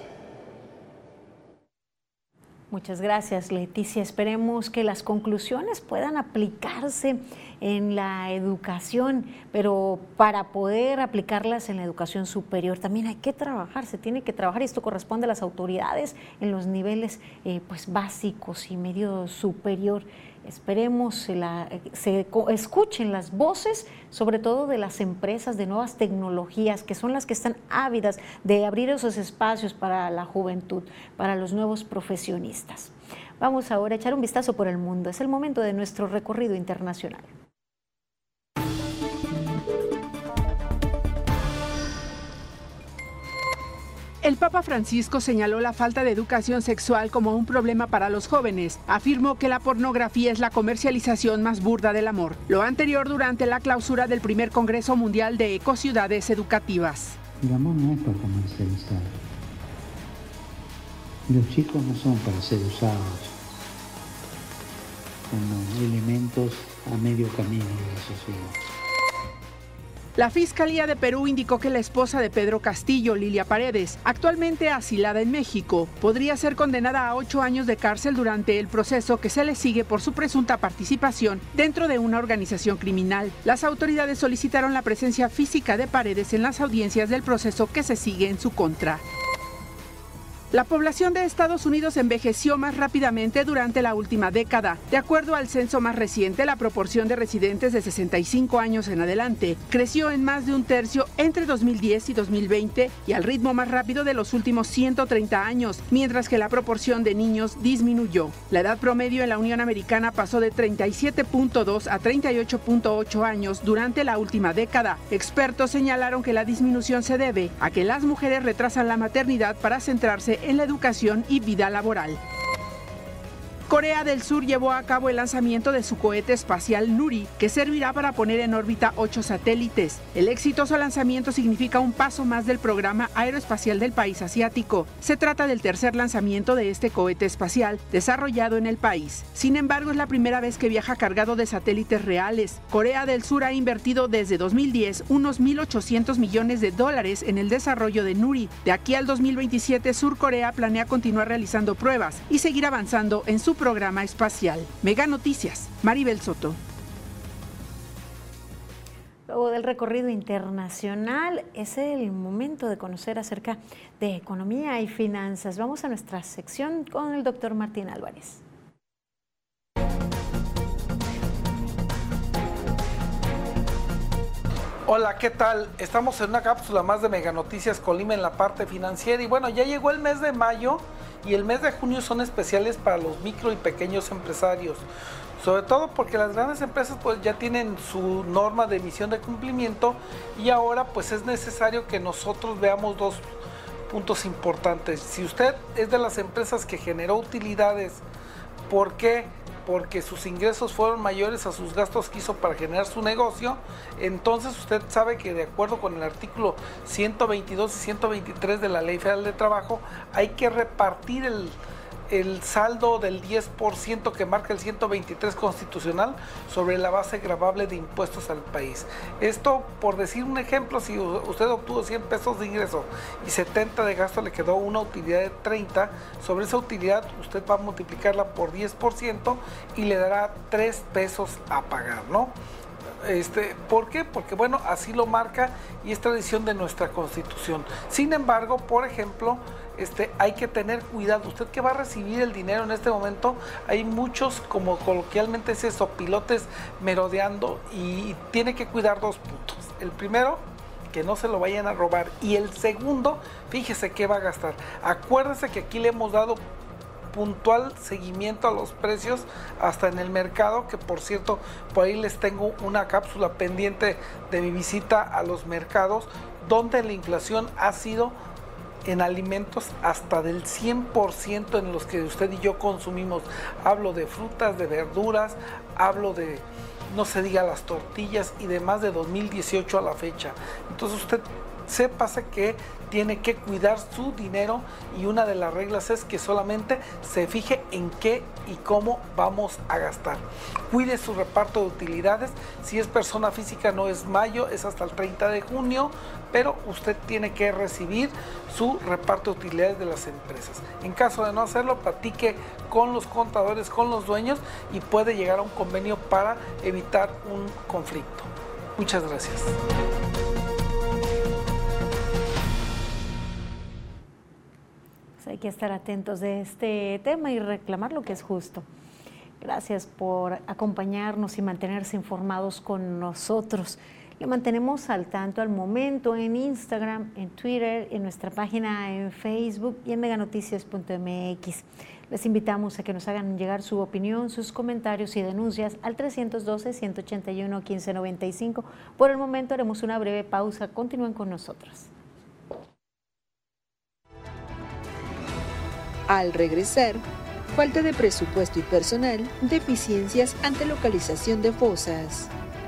S3: Muchas gracias, Leticia. Esperemos que las conclusiones puedan aplicarse en la educación, pero para poder aplicarlas en la educación superior también hay que trabajar, se tiene que trabajar y esto corresponde a las autoridades en los niveles pues básicos y medio superior. Esperemos se escuchen las voces, sobre todo de las empresas de nuevas tecnologías, que son las que están ávidas de abrir esos espacios para la juventud, para los nuevos profesionistas. Vamos ahora a echar un vistazo por el mundo. Es el momento de nuestro recorrido internacional.
S1: El Papa Francisco señaló la falta de educación sexual como un problema para los jóvenes. Afirmó que la pornografía es la comercialización más burda del amor. Lo anterior durante la clausura del primer Congreso Mundial de Ecociudades Educativas.
S4: El amor no es para comercializar. Los chicos no son para ser usados como elementos a medio camino de la sociedad.
S1: La Fiscalía de Perú indicó que la esposa de Pedro Castillo, Lilia Paredes, actualmente asilada en México, podría ser condenada a 8 años de cárcel durante el proceso que se le sigue por su presunta participación dentro de una organización criminal. Las autoridades solicitaron la presencia física de Paredes en las audiencias del proceso que se sigue en su contra. La población de Estados Unidos envejeció más rápidamente durante la última década. De acuerdo al censo más reciente, la proporción de residentes de 65 años en adelante creció en más de un tercio entre 2010 y 2020 y al ritmo más rápido de los últimos 130 años, mientras que la proporción de niños disminuyó. La edad promedio en la Unión Americana pasó de 37.2 a 38.8 años durante la última década. Expertos señalaron que la disminución se debe a que las mujeres retrasan la maternidad para centrarse en la educación y vida laboral. Corea del Sur llevó a cabo el lanzamiento de su cohete espacial Nuri, que servirá para poner en órbita 8 satélites. El exitoso lanzamiento significa un paso más del programa aeroespacial del país asiático. Se trata del tercer lanzamiento de este cohete espacial desarrollado en el país. Sin embargo, es la primera vez que viaja cargado de satélites reales. Corea del Sur ha invertido desde 2010 unos 1.800 millones de dólares en el desarrollo de Nuri. De aquí al 2027, Sur Corea planea continuar realizando pruebas y seguir avanzando en su programa espacial. Mega Noticias, Maribel Soto.
S3: Luego del recorrido internacional, es el momento de conocer acerca de economía y finanzas. Vamos a nuestra sección con el doctor Martín Álvarez.
S5: Hola, ¿qué tal? Estamos en una cápsula más de Mega Noticias Colima en la parte financiera y bueno, ya llegó el mes de mayo y el mes de junio son especiales para los micro y pequeños empresarios, sobre todo porque las grandes empresas pues ya tienen su norma de emisión de cumplimiento y ahora pues es necesario que nosotros veamos dos puntos importantes. Si usted es de las empresas que generó utilidades, ¿por qué? Porque sus ingresos fueron mayores a sus gastos que hizo para generar su negocio, entonces usted sabe que de acuerdo con el artículo 122 y 123 de la Ley Federal de Trabajo, hay que repartir el saldo del 10% que marca el 123 constitucional sobre la base gravable de impuestos al país. Esto, por decir un ejemplo, si usted obtuvo 100 pesos de ingreso y 70 de gasto, le quedó una utilidad de 30, sobre esa utilidad usted va a multiplicarla por 10% y le dará 3 pesos a pagar, ¿no? ¿Por qué? Porque bueno, así lo marca y es tradición de nuestra Constitución. Sin embargo, por ejemplo, hay que tener cuidado. Usted que va a recibir el dinero en este momento, hay muchos, como coloquialmente se sopilotes merodeando y tiene que cuidar dos puntos. El primero, que no se lo vayan a robar, y el segundo, fíjese qué va a gastar. Acuérdese que aquí le hemos dado puntual seguimiento a los precios hasta en el mercado, que por cierto por ahí les tengo una cápsula pendiente de mi visita a los mercados, donde la inflación ha sido en alimentos hasta del 100% en los que usted y yo consumimos. Hablo de frutas, de verduras, hablo de, no se diga, las tortillas y demás, de 2018 a la fecha. Entonces usted sépase que tiene que cuidar su dinero y una de las reglas es que solamente se fije en qué y cómo vamos a gastar. Cuide su reparto de utilidades. Si es persona física no es mayo, es hasta el 30 de junio, pero usted tiene que recibir su reparto de utilidades de las empresas. En caso de no hacerlo, platique con los contadores, con los dueños y puede llegar a un convenio para evitar un conflicto. Muchas gracias.
S3: Hay que estar atentos de este tema y reclamar lo que es justo. Gracias por acompañarnos y mantenerse informados con nosotros. Le mantenemos al tanto al momento en Instagram, en Twitter, en nuestra página en Facebook y en meganoticias.mx. Les invitamos a que nos hagan llegar su opinión, sus comentarios y denuncias al 312-181-1595. Por el momento haremos una breve pausa. Continúen con nosotros.
S2: Al regresar, falta de presupuesto y personal, deficiencias ante localización de fosas.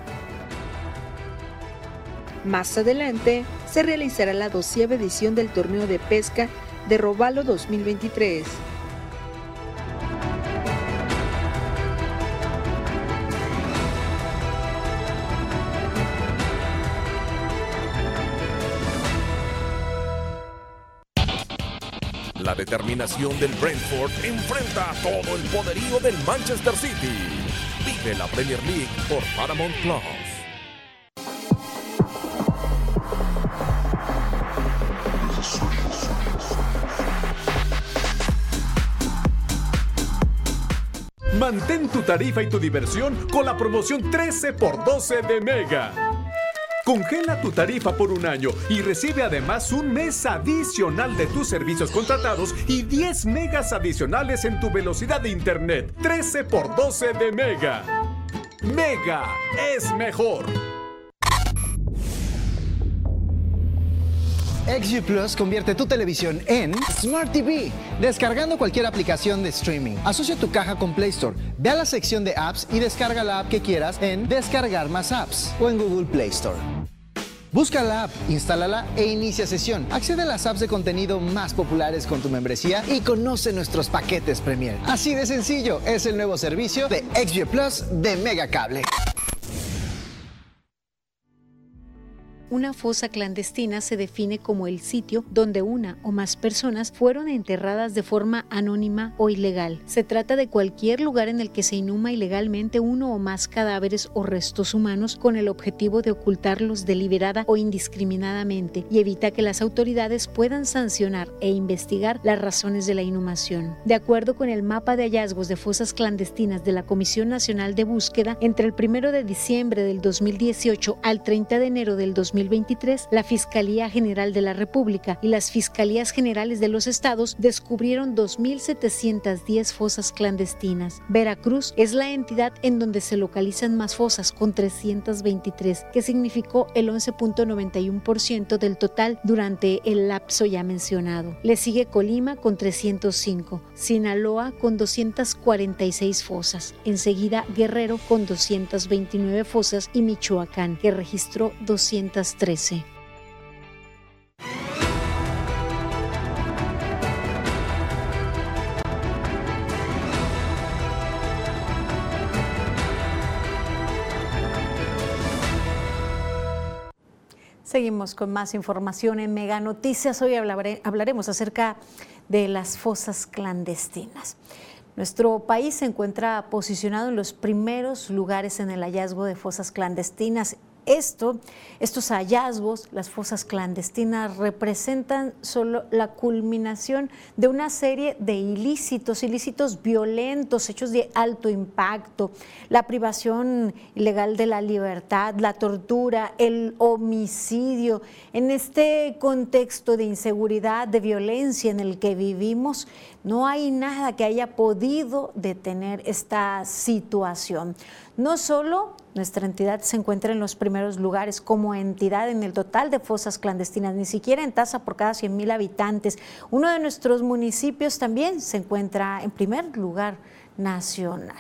S2: Más adelante, se realizará la 12ª edición del torneo de pesca de Robalo 2023.
S8: La determinación del Brentford enfrenta a todo el poderío del Manchester City. Vive la Premier League por Paramount Plus.
S6: Mantén tu tarifa y tu diversión con la promoción 13x12 de Mega. Congela tu tarifa por un año y recibe además un mes adicional de tus servicios contratados y 10 megas adicionales en tu velocidad de internet. 13x12 de Mega. Mega es mejor.
S7: XView Plus convierte tu televisión en Smart TV, descargando cualquier aplicación de streaming. Asocia tu caja con Play Store, ve a la sección de apps y descarga la app que quieras en Descargar más apps o en Google Play Store. Busca la app, instálala e inicia sesión. Accede a las apps de contenido más populares con tu membresía y conoce nuestros paquetes Premier. Así de sencillo, es el nuevo servicio de XView Plus de Mega Cable.
S3: Una fosa clandestina se define como el sitio donde una o más personas fueron enterradas de forma anónima o ilegal. Se trata de cualquier lugar en el que se inhuma ilegalmente uno o más cadáveres o restos humanos con el objetivo de ocultarlos deliberada o indiscriminadamente y evita que las autoridades puedan sancionar e investigar las razones de la inhumación. De acuerdo con el mapa de hallazgos de fosas clandestinas de la Comisión Nacional de Búsqueda, entre el 1 de diciembre del 2018 al 30 de enero del 2023, la Fiscalía General de la República y las Fiscalías Generales de los Estados descubrieron 2.710 fosas clandestinas. Veracruz es la entidad en donde se localizan más fosas, con 323, que significó el 11.91% del total durante el lapso ya mencionado. Le sigue Colima con 305, Sinaloa con 246 fosas, enseguida Guerrero con 229 fosas y Michoacán, que registró 213. Seguimos con más información en Mega Noticias. Hoy hablaremos acerca de las fosas clandestinas. Nuestro país se encuentra posicionado en los primeros lugares en el hallazgo de fosas clandestinas. Estos hallazgos, las fosas clandestinas, representan solo la culminación de una serie de ilícitos violentos, hechos de alto impacto, la privación ilegal de la libertad, la tortura, el homicidio. En este contexto de inseguridad, de violencia en el que vivimos, no hay nada que haya podido detener esta situación. No solo nuestra entidad se encuentra en los primeros lugares como entidad en el total de fosas clandestinas, ni siquiera en tasa por cada 100,000 habitantes. Uno de nuestros municipios también se encuentra en primer lugar nacional.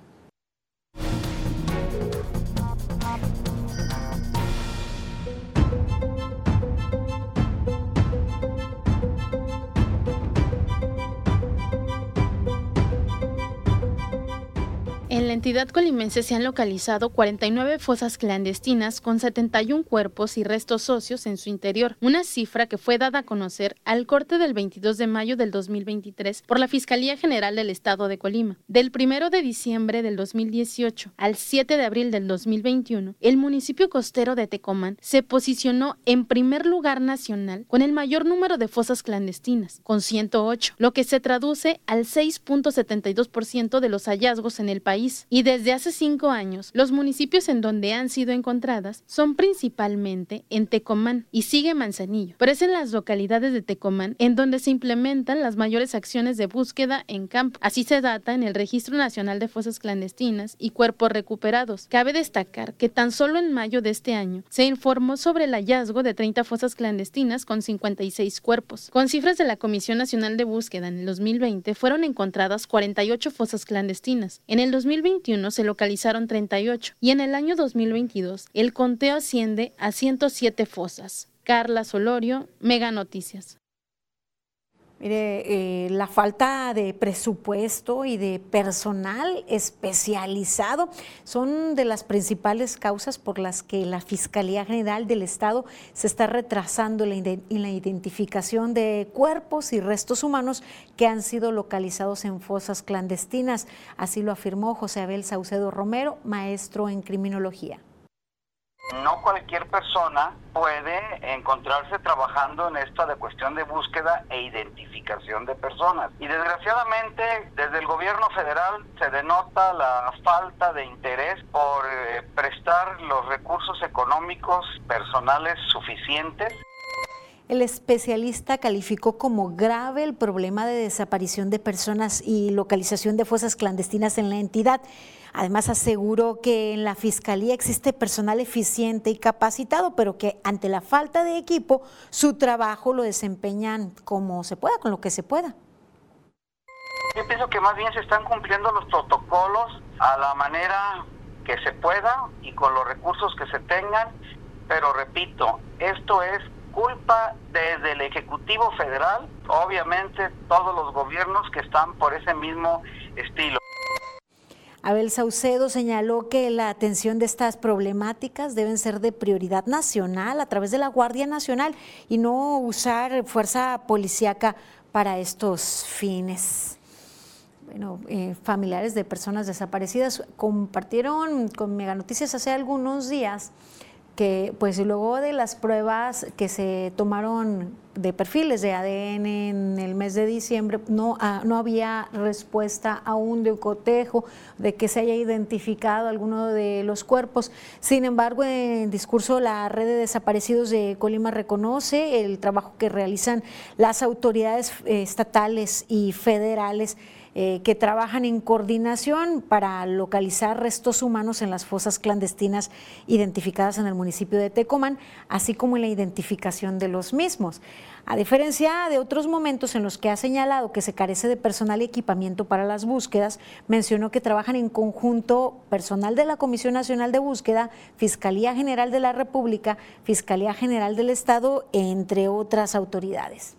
S9: En la entidad colimense se han localizado 49 fosas clandestinas con 71 cuerpos y restos óseos en su interior, una cifra que fue dada a conocer al corte del 22 de mayo del 2023 por la Fiscalía General del Estado de Colima. Del 1 de diciembre del 2018 al 7 de abril del 2021, el municipio costero de Tecomán se posicionó en primer lugar nacional con el mayor número de fosas clandestinas, con 108, lo que se traduce al 6.72% de los hallazgos en el país país. Y desde hace 5 años, los municipios en donde han sido encontradas son principalmente en Tecomán y sigue Manzanillo. Pero es en las localidades de Tecomán en donde se implementan las mayores acciones de búsqueda en campo. Así se data en el Registro Nacional de Fosas Clandestinas y Cuerpos Recuperados. Cabe destacar que tan solo en mayo de este año se informó sobre el hallazgo de 30 fosas clandestinas con 56 cuerpos. Con cifras de la Comisión Nacional de Búsqueda en el 2020 fueron encontradas 48 fosas clandestinas. En el 2021 se localizaron 38 y en el año 2022 el conteo asciende a 107 fosas. Carla Solorio, Mega Noticias.
S3: Mire, la falta de presupuesto y de personal especializado son de las principales causas por las que la Fiscalía General del Estado se está retrasando en la identificación de cuerpos y restos humanos que han sido localizados en fosas clandestinas. Así lo afirmó José Abel Saucedo Romero, maestro en criminología.
S10: No cualquier persona puede encontrarse trabajando en esta de cuestión de búsqueda e identificación de personas. Y desgraciadamente, desde el gobierno federal se denota la falta de interés por prestar los recursos económicos personales suficientes.
S3: El especialista calificó como grave el problema de desaparición de personas y localización de fosas clandestinas en la entidad. Además, aseguró que en la Fiscalía existe personal eficiente y capacitado, pero que ante la falta de equipo, su trabajo lo desempeñan como se pueda, con lo que se pueda.
S10: Yo pienso que más bien se están cumpliendo los protocolos a la manera que se pueda y con los recursos que se tengan, pero repito, esto es culpa desde el Ejecutivo Federal, obviamente todos los gobiernos que están por ese mismo estilo.
S3: Abel Saucedo señaló que la atención de estas problemáticas deben ser de prioridad nacional a través de la Guardia Nacional y no usar fuerza policíaca para estos fines. Bueno, familiares de personas desaparecidas compartieron con Mega Noticias hace algunos días que pues luego de las pruebas que se tomaron de perfiles de ADN en el mes de diciembre, no había respuesta aún de un cotejo, de que se haya identificado alguno de los cuerpos. Sin embargo, en discurso, la Red de Desaparecidos de Colima reconoce el trabajo que realizan las autoridades estatales y federales que trabajan en coordinación para localizar restos humanos en las fosas clandestinas identificadas en el municipio de Tecomán, así como en la identificación de los mismos. A diferencia de otros momentos en los que ha señalado que se carece de personal y equipamiento para las búsquedas, mencionó que trabajan en conjunto personal de la Comisión Nacional de Búsqueda, Fiscalía General de la República, Fiscalía General del Estado, entre otras autoridades.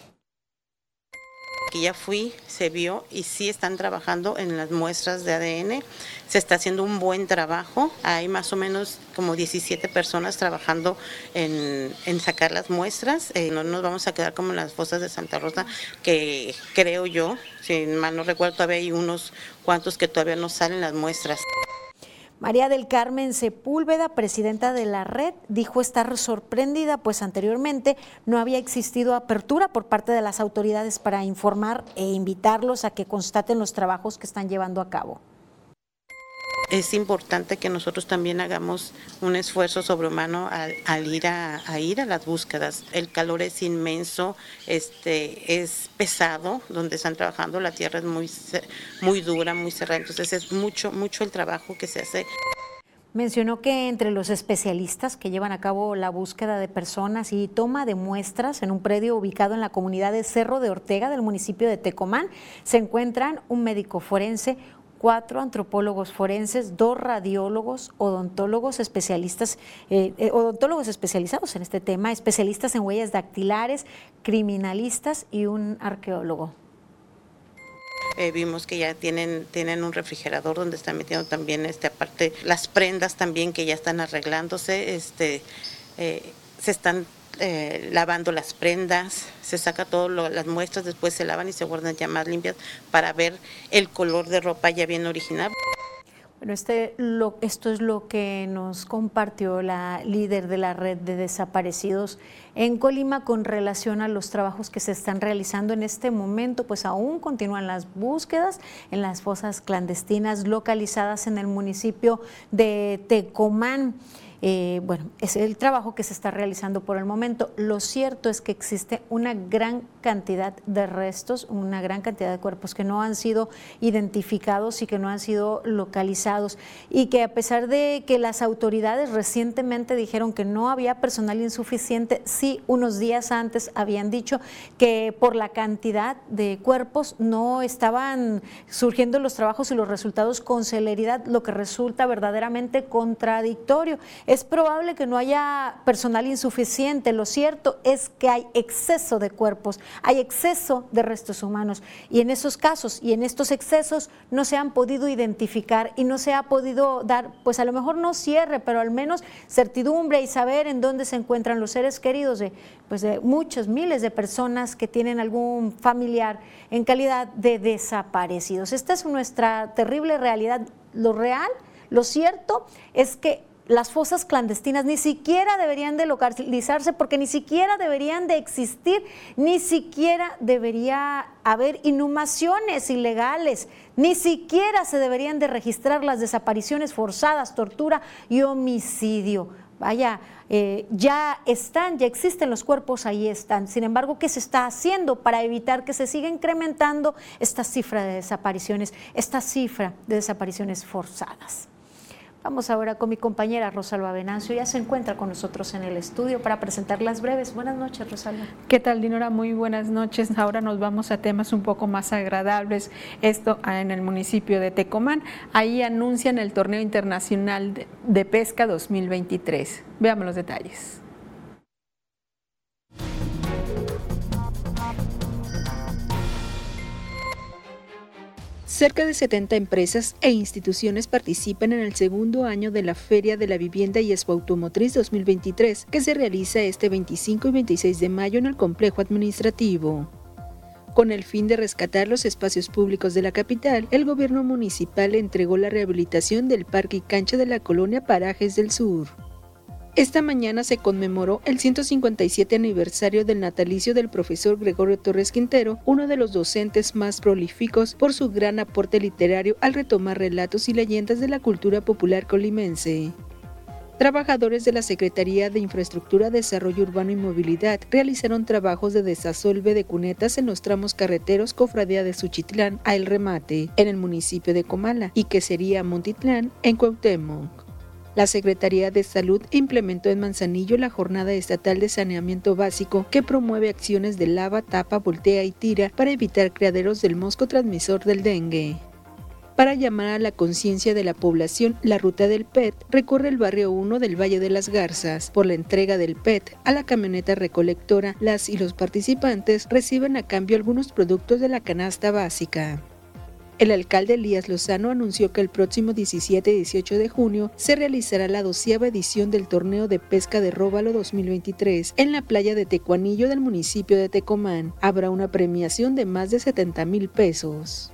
S11: Que ya fui, se vio y sí están trabajando en las muestras de ADN, se está haciendo un buen trabajo, hay más o menos como 17 personas trabajando en sacar las muestras, no nos vamos a quedar como en las fosas de Santa Rosa, que creo yo, si mal no recuerdo, todavía hay unos cuantos que todavía no salen las muestras.
S3: María del Carmen Sepúlveda, presidenta de la red, dijo estar sorprendida, pues anteriormente no había existido apertura por parte de las autoridades para informar e invitarlos a que constaten los trabajos que están llevando a cabo.
S11: Es importante que nosotros también hagamos un esfuerzo sobrehumano al ir a las búsquedas. El calor es inmenso, es pesado donde están trabajando, la tierra es muy dura, muy cerrada, entonces es mucho el trabajo que se hace.
S3: Mencionó que entre los especialistas que llevan a cabo la búsqueda de personas y toma de muestras en un predio ubicado en la comunidad de Cerro de Ortega del municipio de Tecomán, se encuentran un médico forense, 4 antropólogos forenses, 2 radiólogos, odontólogos especializados en este tema, especialistas en huellas dactilares, criminalistas y un arqueólogo.
S11: Vimos que ya tienen un refrigerador donde están metiendo también aparte las prendas también que ya están arreglándose, se están lavando las prendas, se saca todas las muestras, después se lavan y se guardan ya más limpias para ver el color de ropa ya bien original.
S3: Bueno, esto es lo que nos compartió la líder de la red de desaparecidos en Colima con relación a los trabajos que se están realizando en este momento. Pues aún continúan las búsquedas en las fosas clandestinas localizadas en el municipio de Tecomán. Bueno, es el trabajo que se está realizando por el momento. Lo cierto es que existe una gran cantidad de restos, una gran cantidad de cuerpos que no han sido identificados y que no han sido localizados, y que a pesar de que las autoridades recientemente dijeron que no había personal insuficiente, sí, unos días antes habían dicho que por la cantidad de cuerpos no estaban surgiendo los trabajos y los resultados con celeridad, lo que resulta verdaderamente contradictorio. Es probable que no haya personal insuficiente, lo cierto es que hay exceso de cuerpos, hay exceso de restos humanos, y en esos casos y en estos excesos no se han podido identificar y no se ha podido dar, pues a lo mejor no cierre, pero al menos certidumbre y saber en dónde se encuentran los seres queridos de muchos miles de personas que tienen algún familiar en calidad de desaparecidos. Esta es nuestra terrible realidad. Lo cierto es que las fosas clandestinas ni siquiera deberían de localizarse, porque ni siquiera deberían de existir, ni siquiera debería haber inhumaciones ilegales, ni siquiera se deberían de registrar las desapariciones forzadas, tortura y homicidio. Vaya, ya existen los cuerpos, ahí están. Sin embargo, ¿qué se está haciendo para evitar que se siga incrementando esta cifra de desapariciones forzadas? Vamos ahora con mi compañera Rosalba Venancio, ya se encuentra con nosotros en el estudio para presentar las breves. Buenas noches, Rosalba.
S12: ¿Qué tal, Dinora? Muy buenas noches. Ahora nos vamos a temas un poco más agradables. Esto en el municipio de Tecomán. Ahí anuncian el Torneo Internacional de Pesca 2023. Veamos los detalles.
S2: Cerca de 70 empresas e instituciones participan en el segundo año de la Feria de la Vivienda y Expo Automotriz 2023, que se realiza este 25 y 26 de mayo en el complejo administrativo. Con el fin de rescatar los espacios públicos de la capital, el gobierno municipal entregó la rehabilitación del parque y cancha de la colonia Parajes del Sur. Esta mañana se conmemoró el 157 aniversario del natalicio del profesor Gregorio Torres Quintero, uno de los docentes más prolíficos por su gran aporte literario al retomar relatos y leyendas de la cultura popular colimense. Trabajadores de la Secretaría de Infraestructura, Desarrollo Urbano y Movilidad realizaron trabajos de desasolve de cunetas en los tramos carreteros Cofradía de Suchitlán a El Remate, en el municipio de Comala, y Quesería Montitlán, en Cuauhtémoc. La Secretaría de Salud implementó en Manzanillo la Jornada Estatal de Saneamiento Básico, que promueve acciones de lava, tapa, voltea y tira para evitar criaderos del mosco transmisor del dengue. Para llamar a la conciencia de la población, la ruta del PET recorre el barrio 1 del Valle de las Garzas. Por la entrega del PET a la camioneta recolectora, las y los participantes reciben a cambio algunos productos de la canasta básica. El alcalde Elías Lozano anunció que el próximo 17 y 18 de junio se realizará la 12ª edición del Torneo de Pesca de Róbalo 2023 en la playa de Tecuanillo del municipio de Tecomán. Habrá una premiación de más de 70,000 pesos.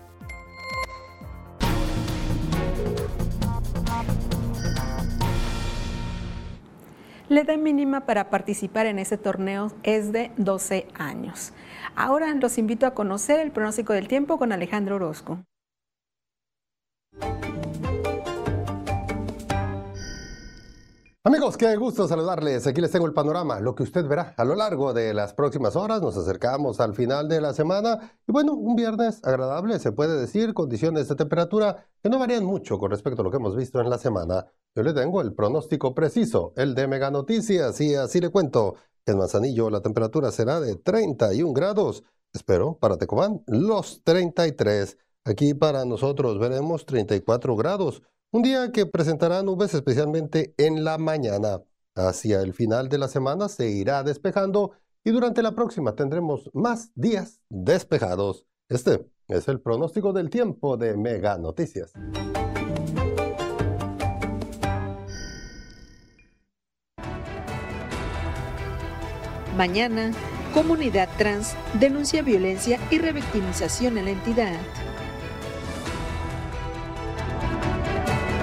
S12: La edad mínima para participar en este torneo es de 12 años. Ahora los invito a conocer el pronóstico del tiempo con Alejandro Orozco.
S13: Amigos, qué gusto saludarles. Aquí les tengo el panorama, lo que usted verá a lo largo de las próximas horas. Nos acercamos al final de la semana y bueno, un viernes agradable, se puede decir, condiciones de temperatura que no varían mucho con respecto a lo que hemos visto en la semana. Yo le tengo el pronóstico preciso, el de Mega Noticias, y así le cuento. En Manzanillo la temperatura será de 31 grados. Espero para Tecomán los 33. Aquí para nosotros veremos 34 grados. Un día que presentará nubes especialmente en la mañana. Hacia el final de la semana se irá despejando y durante la próxima tendremos más días despejados. Este es el pronóstico del tiempo de Mega Noticias.
S2: Mañana, comunidad trans denuncia violencia y revictimización en la entidad.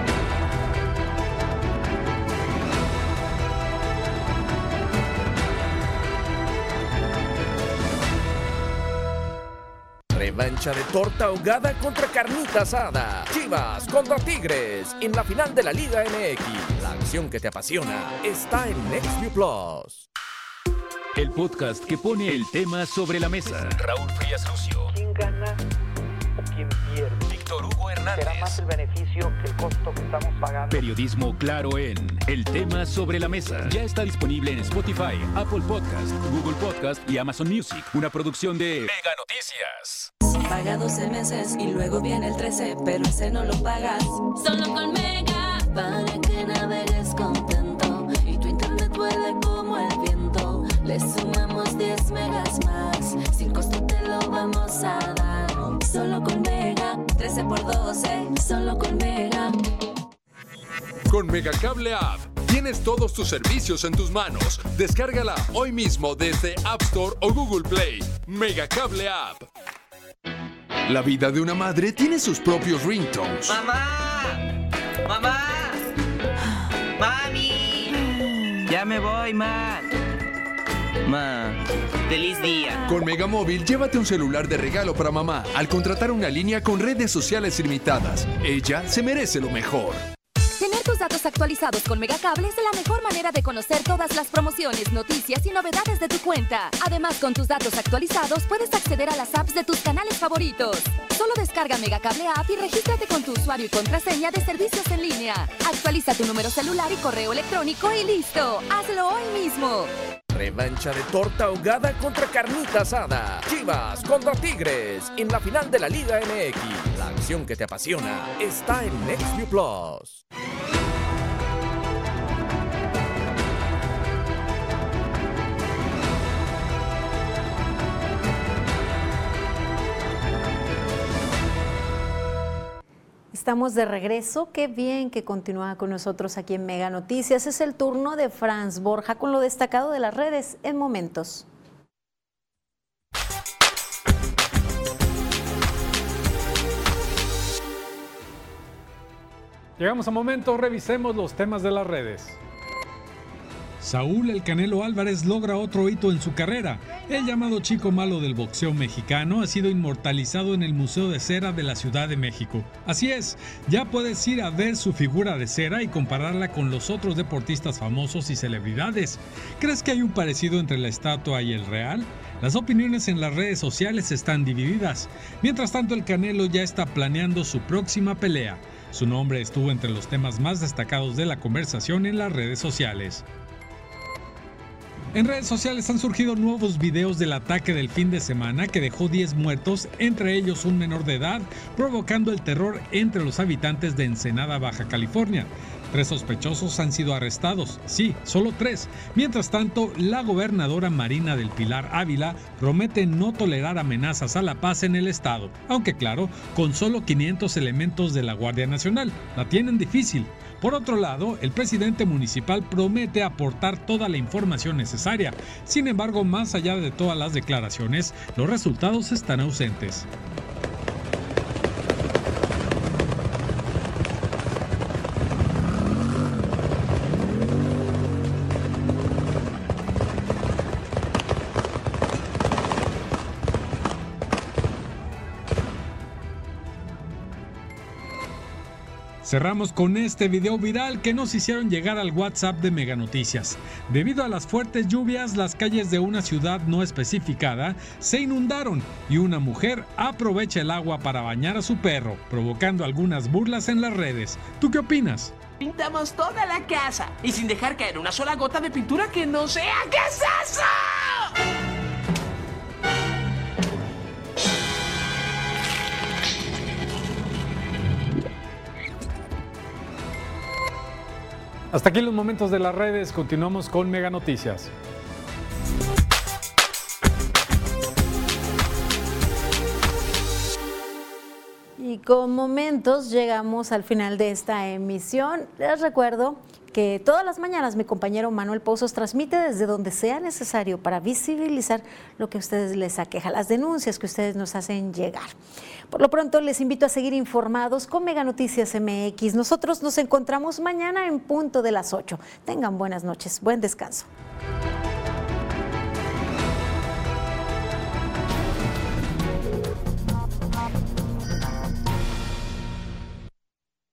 S8: Revancha de torta ahogada contra carnita asada. Chivas contra Tigres en la final de la Liga MX. La acción que te apasiona está en NextView Plus.
S14: El podcast que pone el tema sobre la mesa. Raúl Frías Lucio.
S16: ¿Quién gana o quién pierde?
S14: Víctor Hugo Hernández.
S16: ¿Será más el beneficio que el costo que estamos pagando?
S14: Periodismo claro en El tema sobre la mesa. Ya está disponible en Spotify, Apple Podcast, Google Podcast y Amazon Music. Una producción de Mega Noticias.
S17: Paga 12 meses y luego viene el 13, pero ese no lo pagas. Solo con Mega, para que navegues contento y tu internet vuele como el viento. Le sumamos 10 megas más, sin costo te lo vamos a dar. Solo con Mega, 13 por 12, solo con Mega.
S6: Con Megacable App tienes todos tus servicios en tus manos. Descárgala hoy mismo desde App Store o Google Play. Megacable App. La vida de una madre tiene sus propios ringtones.
S18: ¡Mamá! ¡Mamá! ¡Mami! Ya me voy, ma. Ma, feliz día.
S6: Con Megamóvil, llévate un celular de regalo para mamá al contratar una línea con redes sociales ilimitadas. Ella se merece lo mejor.
S21: Tener tus datos actualizados con Megacable es la mejor manera de conocer todas las promociones, noticias y novedades de tu cuenta. Además, con tus datos actualizados puedes acceder a las apps de tus canales favoritos. Solo descarga Megacable App y regístrate con tu usuario y contraseña de servicios en línea. Actualiza tu número celular y correo electrónico y listo. Hazlo hoy mismo.
S8: Revancha de torta ahogada contra carnita asada. Chivas contra Tigres en la final de la Liga MX. La acción que te apasiona está en NextView Plus.
S3: Estamos de regreso. Qué bien que continúa con nosotros aquí en Mega Noticias. Es el turno de Franz Borja con lo destacado de las redes en momentos.
S26: Llegamos a momentos, revisemos los temas de las redes.
S27: Saúl El Canelo Álvarez logra otro hito en su carrera. El llamado chico malo del boxeo mexicano ha sido inmortalizado en el Museo de Cera de la Ciudad de México. Así es, ya puedes ir a ver su figura de cera y compararla con los otros deportistas famosos y celebridades. ¿Crees que hay un parecido entre la estatua y el real? Las opiniones en las redes sociales están divididas. Mientras tanto, el Canelo ya está planeando su próxima pelea. Su nombre estuvo entre los temas más destacados de la conversación en las redes sociales. En redes sociales han surgido nuevos videos del ataque del fin de semana que dejó 10 muertos, entre ellos un menor de edad, provocando el terror entre los habitantes de Ensenada, Baja California. 3 sospechosos han sido arrestados, sí, solo 3. Mientras tanto, la gobernadora Marina del Pilar Ávila promete no tolerar amenazas a la paz en el estado, aunque claro, con solo 500 elementos de la Guardia Nacional. La tienen difícil. Por otro lado, el presidente municipal promete aportar toda la información necesaria. Sin embargo, más allá de todas las declaraciones, los resultados están ausentes. Cerramos con este video viral que nos hicieron llegar al WhatsApp de Mega Noticias. Debido a las fuertes lluvias, las calles de una ciudad no especificada se inundaron y una mujer aprovecha el agua para bañar a su perro, provocando algunas burlas en las redes. ¿Tú qué opinas?
S28: Pintamos toda la casa y sin dejar caer una sola gota de pintura que no sea. ¿Qué es eso?
S26: Hasta aquí los momentos de las redes, continuamos con Mega Noticias.
S3: Y con momentos llegamos al final de esta emisión. Les recuerdo que todas las mañanas mi compañero Manuel Pozos transmite desde donde sea necesario para visibilizar lo que a ustedes les aqueja, las denuncias que ustedes nos hacen llegar. Por lo pronto les invito a seguir informados con Mega Noticias MX. Nosotros nos encontramos mañana en punto de las 8. Tengan buenas noches, buen descanso.